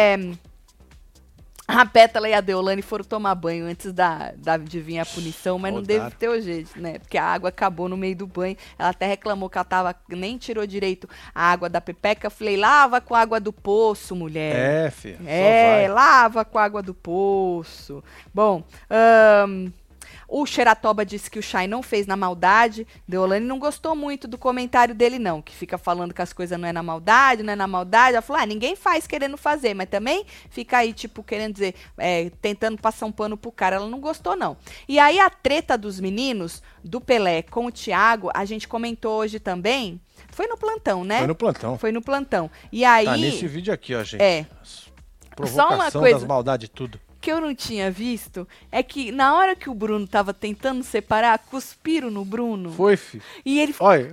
a Pétala e a Deolane foram tomar banho antes de vir a punição, mas não deve ter o jeito, né? Porque a água acabou no meio do banho. Ela até reclamou que ela nem tirou direito a água da pepeca. Eu falei, lava com a água do poço, mulher. Filho. Lava com a água do poço. Bom, o Xeratoba disse que o Chay não fez na maldade. Deolane não gostou muito do comentário dele, não. Que fica falando que as coisas não é na maldade, não é na maldade. Ela falou, ninguém faz querendo fazer. Mas também fica aí, tipo, querendo dizer, tentando passar um pano pro cara. Ela não gostou, não. E aí a treta dos meninos, do Pelé com o Thiago, a gente comentou hoje também. Foi no plantão, né? Foi no plantão. E aí... Tá nesse vídeo aqui, ó, gente. Provocação só uma coisa... das maldades tudo. Que eu não tinha visto é que na hora que o Bruno tava tentando separar, cuspiram no Bruno. Foi, filho. E ele... Olha.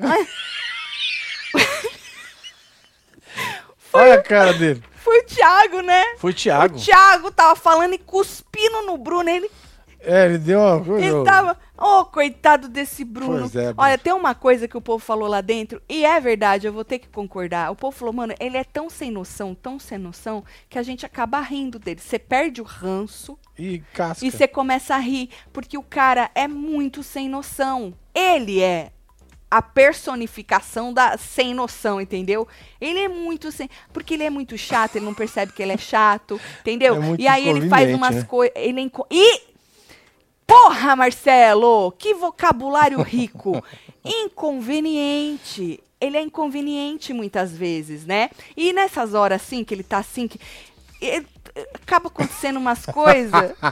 Olha a cara dele. Foi o Thiago, né? Foi o Thiago. O Thiago tava falando e cuspindo no Bruno. Ele deu uma coisa. Ele tava... coitado desse Bruno. Olha, tem uma coisa que o povo falou lá dentro, e é verdade, eu vou ter que concordar. O povo falou, mano, ele é tão sem noção, que a gente acaba rindo dele. Você perde o ranço e casca. E você começa a rir, porque o cara é muito sem noção. Ele é a personificação da sem noção, entendeu? Ele é muito sem... Porque ele é muito chato, ele não percebe que ele é chato, entendeu? E aí ele faz umas coisas... Porra, Marcelo! Que vocabulário rico! Inconveniente. Ele é inconveniente muitas vezes, né? E nessas horas assim, que ele tá assim... acaba acontecendo umas coisas...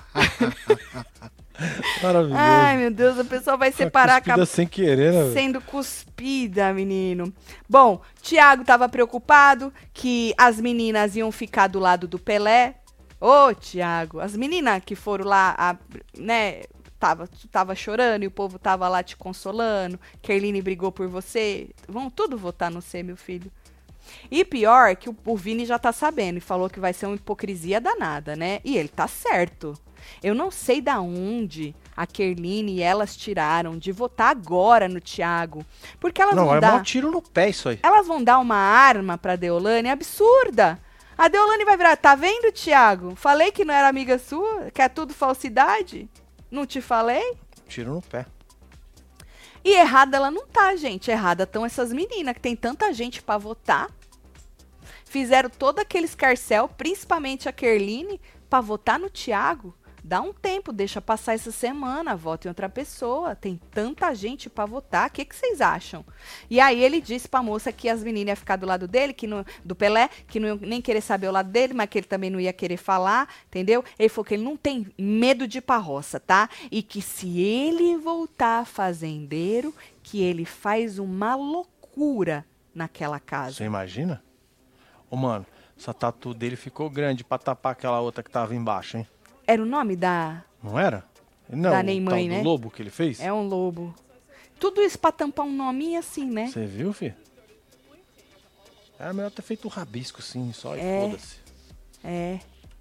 Maravilhoso. Ai, meu Deus, a pessoa vai separar... Cuspida sem querer, né? Sendo cuspida, menino. Bom, Thiago tava preocupado que as meninas iam ficar do lado do Pelé. Ô, Thiago, as meninas que foram lá, né, tava chorando e o povo tava lá te consolando. Kerline brigou por você. Vão tudo votar no C, meu filho. E pior que o Vini já tá sabendo e falou que vai ser uma hipocrisia danada, né? E ele tá certo. Eu não sei da onde a Kerline e elas tiraram de votar agora no Thiago. Porque elas vão dar... Não, é um tiro no pé isso aí. Elas vão dar uma arma pra Deolane absurda. A Deolane vai virar, tá vendo, Thiago? Falei que não era amiga sua, que é tudo falsidade. Não te falei? Tiro no pé. E errada ela não tá, gente. Errada estão essas meninas, que tem tanta gente pra votar. Fizeram todo aquele escarcéu, principalmente a Kerline, pra votar no Thiago. Dá um tempo, deixa passar essa semana, vota em outra pessoa. Tem tanta gente pra votar, o que vocês acham? E aí ele disse pra moça que as meninas iam ficar do lado dele, do Pelé, que não iam nem querer saber o lado dele, mas que ele também não ia querer falar, entendeu? Ele falou que ele não tem medo de ir pra roça, tá? E que se ele voltar fazendeiro, que ele faz uma loucura naquela casa. Você imagina? Ô, mano, essa tatu dele ficou grande pra tapar aquela outra que tava embaixo, hein? Era o nome da... Não era? Não, da Neymar, né? Do lobo que ele fez? É um lobo. Tudo isso pra tampar um nominho assim, né? Você viu, filho? Era melhor ter feito um rabisco, sim, só e foda-se. É.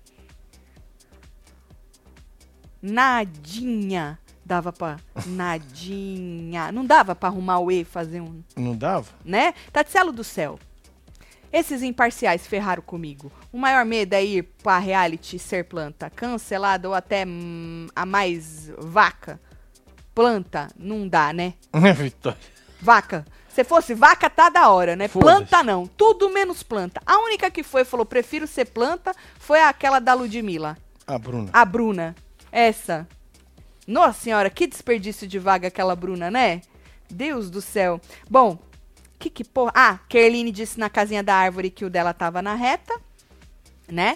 Nadinha. Dava pra... Nadinha. Não dava pra arrumar o E e fazer um... Não dava? Né? Tatselo do céu. Esses imparciais ferraram comigo. O maior medo é ir pra reality ser planta cancelada ou até a mais vaca. Planta, não dá, né? Vitória. Vaca. Se fosse vaca, tá da hora, né? Planta não. Tudo menos planta. A única que falou, prefiro ser planta, foi aquela da Ludmilla. A Bruna. A Bruna. Essa. Nossa senhora, que desperdício de vaga aquela Bruna, né? Deus do céu. Bom... Que porra? Ah, Kerline disse na casinha da árvore que o dela tava na reta, né?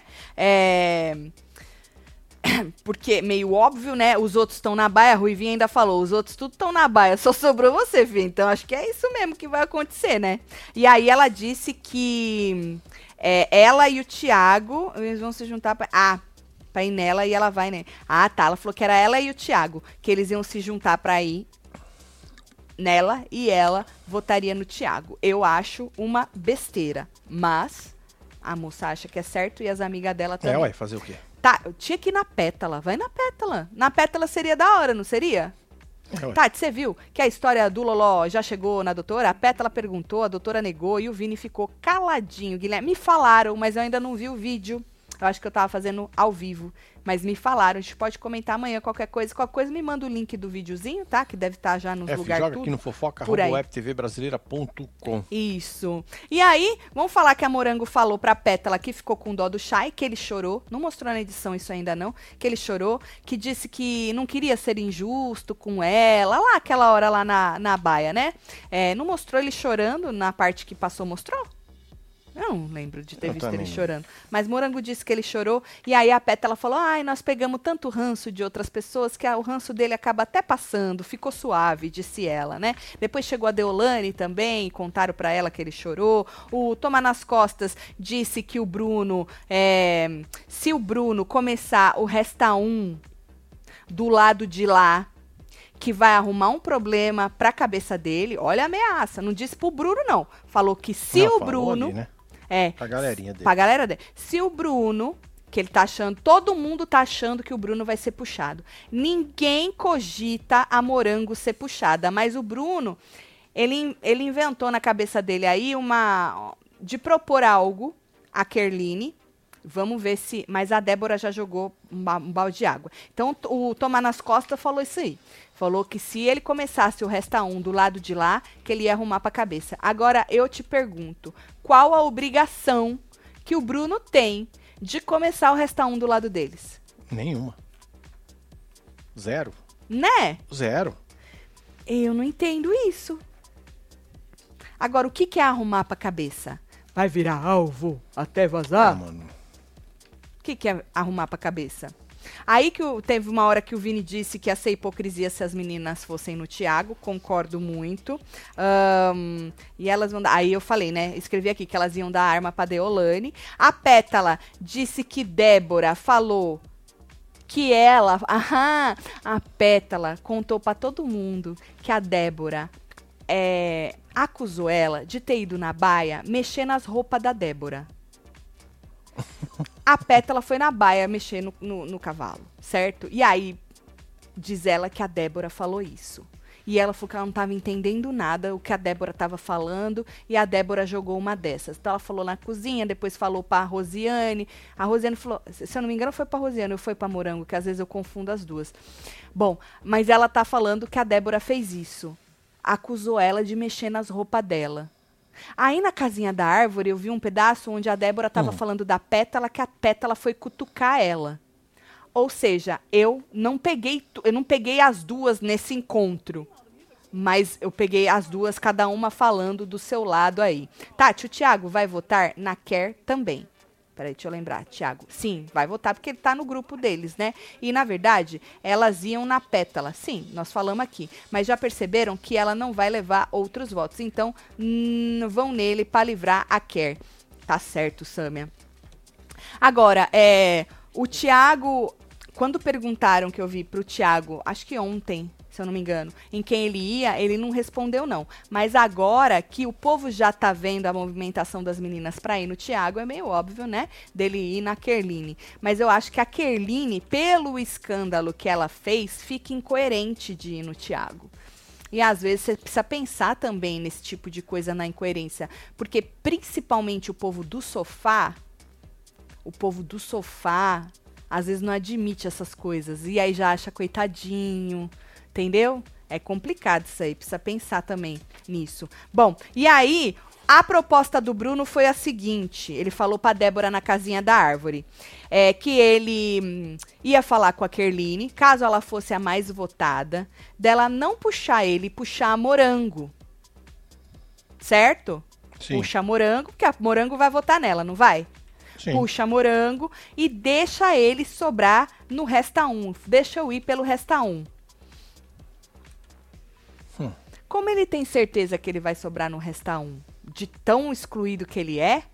Porque, meio óbvio, né? Os outros estão na baia, a Ruivinha ainda falou, os outros tudo estão na baia, só sobrou você, filho. Então, acho que é isso mesmo que vai acontecer, né? E aí ela disse que ela e o Thiago, eles vão se juntar pra ir nela e ela vai, né? Ah, tá, ela falou que era ela e o Thiago, que eles iam se juntar pra ir nela e ela votaria no Thiago. Eu acho uma besteira, mas a moça acha que é certo e as amigas dela também. Ué, fazer o quê? Tá, eu tinha que ir na Pétala, vai na Pétala. Na Pétala seria da hora, não seria? Tati, você viu que a história do Loló já chegou na doutora? A Pétala perguntou, a doutora negou e o Vini ficou caladinho. Guilherme, me falaram, mas eu ainda não vi o vídeo. Eu acho que eu tava fazendo ao vivo. Mas me falaram, a gente pode comentar amanhã qualquer coisa. Qualquer coisa me manda o link do videozinho, tá? Que deve estar já nos lugares joga tudo. aqui no fofoca@webtvbrasileira.com. Isso. E aí, vamos falar que a Morango falou pra Pétala que ficou com dó do Chay, que ele chorou. Não mostrou na edição isso ainda não. Que ele chorou, que disse que não queria ser injusto com ela. Lá, aquela hora lá na baia, né? Não mostrou ele chorando na parte que passou, mostrou? Eu não lembro de ter visto ele chorando. Mas Morango disse que ele chorou. E aí a Pétala falou, nós pegamos tanto ranço de outras pessoas que o ranço dele acaba até passando. Ficou suave, disse ela, né? Depois chegou a Deolane também, contaram pra ela que ele chorou. O Toma nas Costas disse que o Bruno, se o Bruno começar o Resta 1 do lado de lá, que vai arrumar um problema pra cabeça dele. Olha a ameaça. Não disse pro Bruno, não. Falou que se o Bruno... Ali, né? Pra galerinha dele. Pra galera dele. Se o Bruno, que ele tá achando, todo mundo tá achando que o Bruno vai ser puxado. Ninguém cogita a Morango ser puxada, mas o Bruno, ele inventou na cabeça dele aí de propor algo a Kerline Vamos ver se... Mas a Débora já jogou um balde de água. Então, o Tomar nas Costas falou isso aí. Falou que se ele começasse o Resta 1 do lado de lá, que ele ia arrumar pra cabeça. Agora, eu te pergunto, qual a obrigação que o Bruno tem de começar o Resta 1 do lado deles? Nenhuma. Zero. Né? Zero. Eu não entendo isso. Agora, o que é arrumar pra cabeça? Vai virar alvo até vazar? Mano. O que é arrumar pra cabeça? Aí que teve uma hora que o Vini disse que ia ser hipocrisia se as meninas fossem no Thiago, concordo muito. E elas vão dar... Aí eu falei, né? Escrevi aqui que elas iam dar arma pra Deolane. A Pétala disse que Débora falou que ela... a Pétala contou pra todo mundo que a Débora acusou ela de ter ido na baia mexer nas roupas da Débora. A Pétala foi na baia mexer no cavalo, certo? E aí, diz ela que a Débora falou isso. E ela falou que ela não estava entendendo nada, o que a Débora estava falando, e a Débora jogou uma dessas. Então ela falou na cozinha, depois falou pra Rosiane. A Rosiane falou, se eu não me engano foi pra Rosiane ou foi pra Morango, que às vezes eu confundo as duas. Bom, mas ela tá falando que a Débora fez isso. Acusou ela de mexer nas roupas dela. Aí na casinha da árvore eu vi um pedaço onde a Débora estava falando da Pétala, que a Pétala foi cutucar ela. Ou seja, eu não peguei as duas nesse encontro, mas eu peguei as duas, cada uma falando do seu lado aí. Tati, o Thiago vai votar na Quer também. Peraí, deixa eu lembrar, Thiago. Sim, vai votar porque ele tá no grupo deles, né? E, na verdade, elas iam na Pétala. Sim, nós falamos aqui. Mas já perceberam que ela não vai levar outros votos. Então, vão nele para livrar a Quer. Tá certo, Sâmia. Agora, o Thiago... Quando perguntaram que eu vi pro Thiago, acho que ontem, se eu não me engano, em quem ele ia, ele não respondeu não. Mas agora que o povo já tá vendo a movimentação das meninas pra ir no Thiago, é meio óbvio, né? Dele ir na Kerline. Mas eu acho que a Kerline, pelo escândalo que ela fez, fica incoerente de ir no Thiago. E às vezes você precisa pensar também nesse tipo de coisa na incoerência. Porque principalmente o povo do sofá, às vezes não admite essas coisas. E aí já acha coitadinho, entendeu? É complicado isso aí, precisa pensar também nisso. Bom, e aí, a proposta do Bruno foi a seguinte, ele falou pra Débora na casinha da árvore, que ele ia falar com a Kerline, caso ela fosse a mais votada, dela não puxar ele, puxar a Morango. Certo? Sim. Puxa a Morango, porque a Morango vai votar nela, não vai? Sim. Puxa Morango e deixa ele sobrar no Resta 1. Deixa eu ir pelo Resta 1. Como ele tem certeza que ele vai sobrar no Resta 1? De tão excluído que ele é?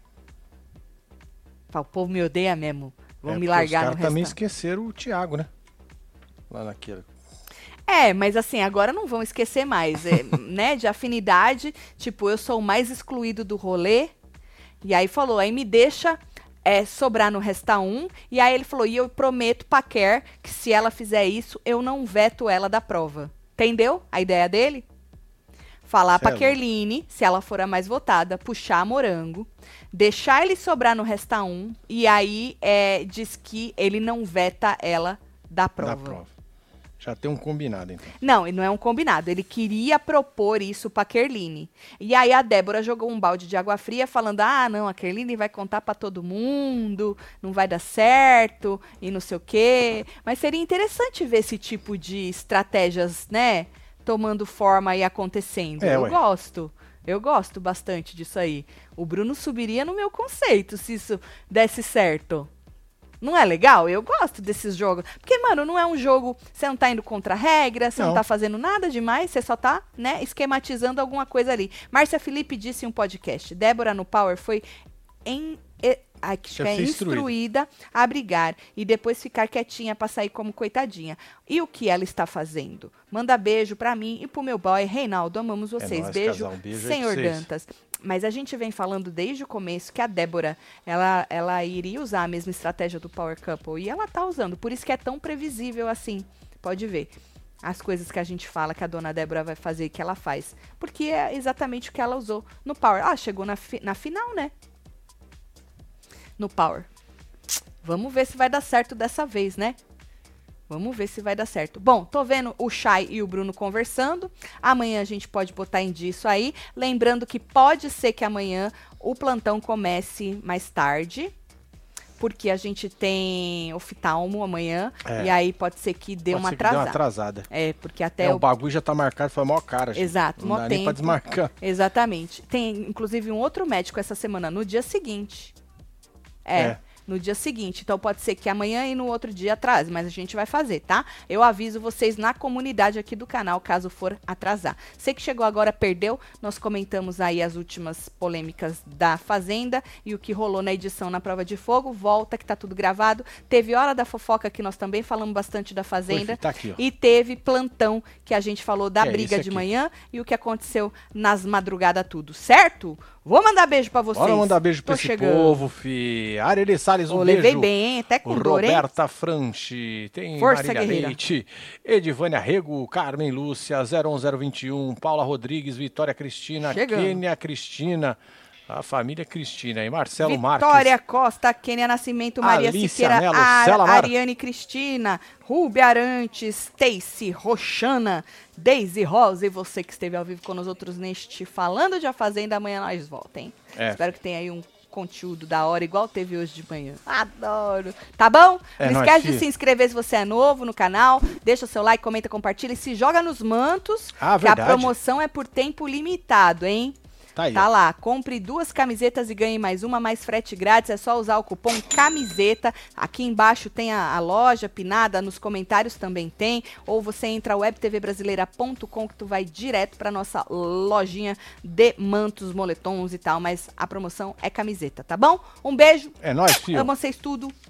O povo me odeia mesmo. Vão me largar no Resta 1. Os caras também esqueceram o Thiago, né? Lá naquele... mas assim, agora não vão esquecer mais, né? De afinidade, tipo, eu sou o mais excluído do rolê. E aí falou, aí me deixa... sobrar no Resta 1, e aí ele falou, e eu prometo pra Quer que se ela fizer isso, eu não veto ela da prova. Entendeu a ideia dele? Falar pra Kerline, se ela for a mais votada, puxar a Morango, deixar ele sobrar no Resta 1, e aí diz que ele não veta ela da prova. Já tem um combinado, então. Não, não é um combinado. Ele queria propor isso pra Kerline. E aí a Débora jogou um balde de água fria falando, não, a Kerline vai contar pra todo mundo, não vai dar certo, e não sei o quê. Mas seria interessante ver esse tipo de estratégias, né, tomando forma e acontecendo. Eu gosto bastante disso aí. O Bruno subiria no meu conceito se isso desse certo. Não é legal? Eu gosto desses jogos. Porque, mano, não é um jogo... Você não tá indo contra a regra, você não tá fazendo nada demais, você só tá, né, esquematizando alguma coisa ali. Márcia Felipe disse em um podcast, Débora no Power foi instruída a brigar e depois ficar quietinha pra sair como coitadinha. E o que ela está fazendo? Manda beijo pra mim e pro meu boy, Reinaldo, amamos vocês. Nóis, beijo, casal, beijo senhor Dantas. Mas a gente vem falando desde o começo que a Débora, ela iria usar a mesma estratégia do Power Couple. E ela tá usando. Por isso que é tão previsível assim. Pode ver. As coisas que a gente fala que a dona Débora vai fazer e que ela faz. Porque é exatamente o que ela usou no Power. Chegou na final, né? No Power. Vamos ver se vai dar certo dessa vez, né? Vamos ver se vai dar certo. Bom, tô vendo o Chay e o Bruno conversando. Amanhã a gente pode botar em dia isso aí. Lembrando que pode ser que amanhã o plantão comece mais tarde. Porque a gente tem oftalmo amanhã. E aí pode ser que dê uma atrasada. Porque até o bagulho já tá marcado, foi a maior cara. Gente. Exato, não dá nem pra desmarcar. Exatamente. Tem, inclusive, um outro médico essa semana, no dia seguinte. No dia seguinte. Então pode ser que amanhã e no outro dia atrase, mas a gente vai fazer, tá? Eu aviso vocês na comunidade aqui do canal, caso for atrasar. Você que chegou agora, perdeu, nós comentamos aí as últimas polêmicas da Fazenda e o que rolou na edição na Prova de Fogo. Volta que tá tudo gravado. Teve Hora da Fofoca, que nós também falamos bastante da Fazenda. Tá aqui, ó. E teve Plantão, que a gente falou da briga de manhã e o que aconteceu nas madrugadas tudo, certo? Vou mandar beijo pra vocês. Bora mandar beijo pra esse povo, fi. Areli Salles, um beijo. Levei bem, hein? Até com dor, hein? Roberta Franchi, tem Força, Marília guerreira. Leite, Edivânia Rego, Carmen Lúcia, 01021, Paula Rodrigues, Vitória Cristina, Kênia Cristina, a família Cristina e Marcelo Marques. Vitória Costa, Kênia Nascimento, Maria Alicia Siqueira, Mello, Cela Mar. Ariane Cristina, Rubi Arantes, Stacy, Roxana, Deise Rosa e você que esteve ao vivo com nós outros neste Falando de A Fazenda. Amanhã nós voltamos, hein? Espero que tenha aí um conteúdo da hora, igual teve hoje de manhã. Adoro. Tá bom? Não esquece de se inscrever se você é novo no canal. Deixa o seu like, comenta, compartilha e se joga nos mantos. Que a promoção é por tempo limitado, hein? Tá lá, compre 2 camisetas e ganhe mais uma, mais frete grátis, é só usar o cupom CAMISETA, aqui embaixo tem a loja pinada, nos comentários também tem, ou você entra webtvbrasileira.com que tu vai direto pra nossa lojinha de mantos, moletons e tal, mas a promoção é camiseta, tá bom? Um beijo, é nóis, filho. Amo vocês tudo,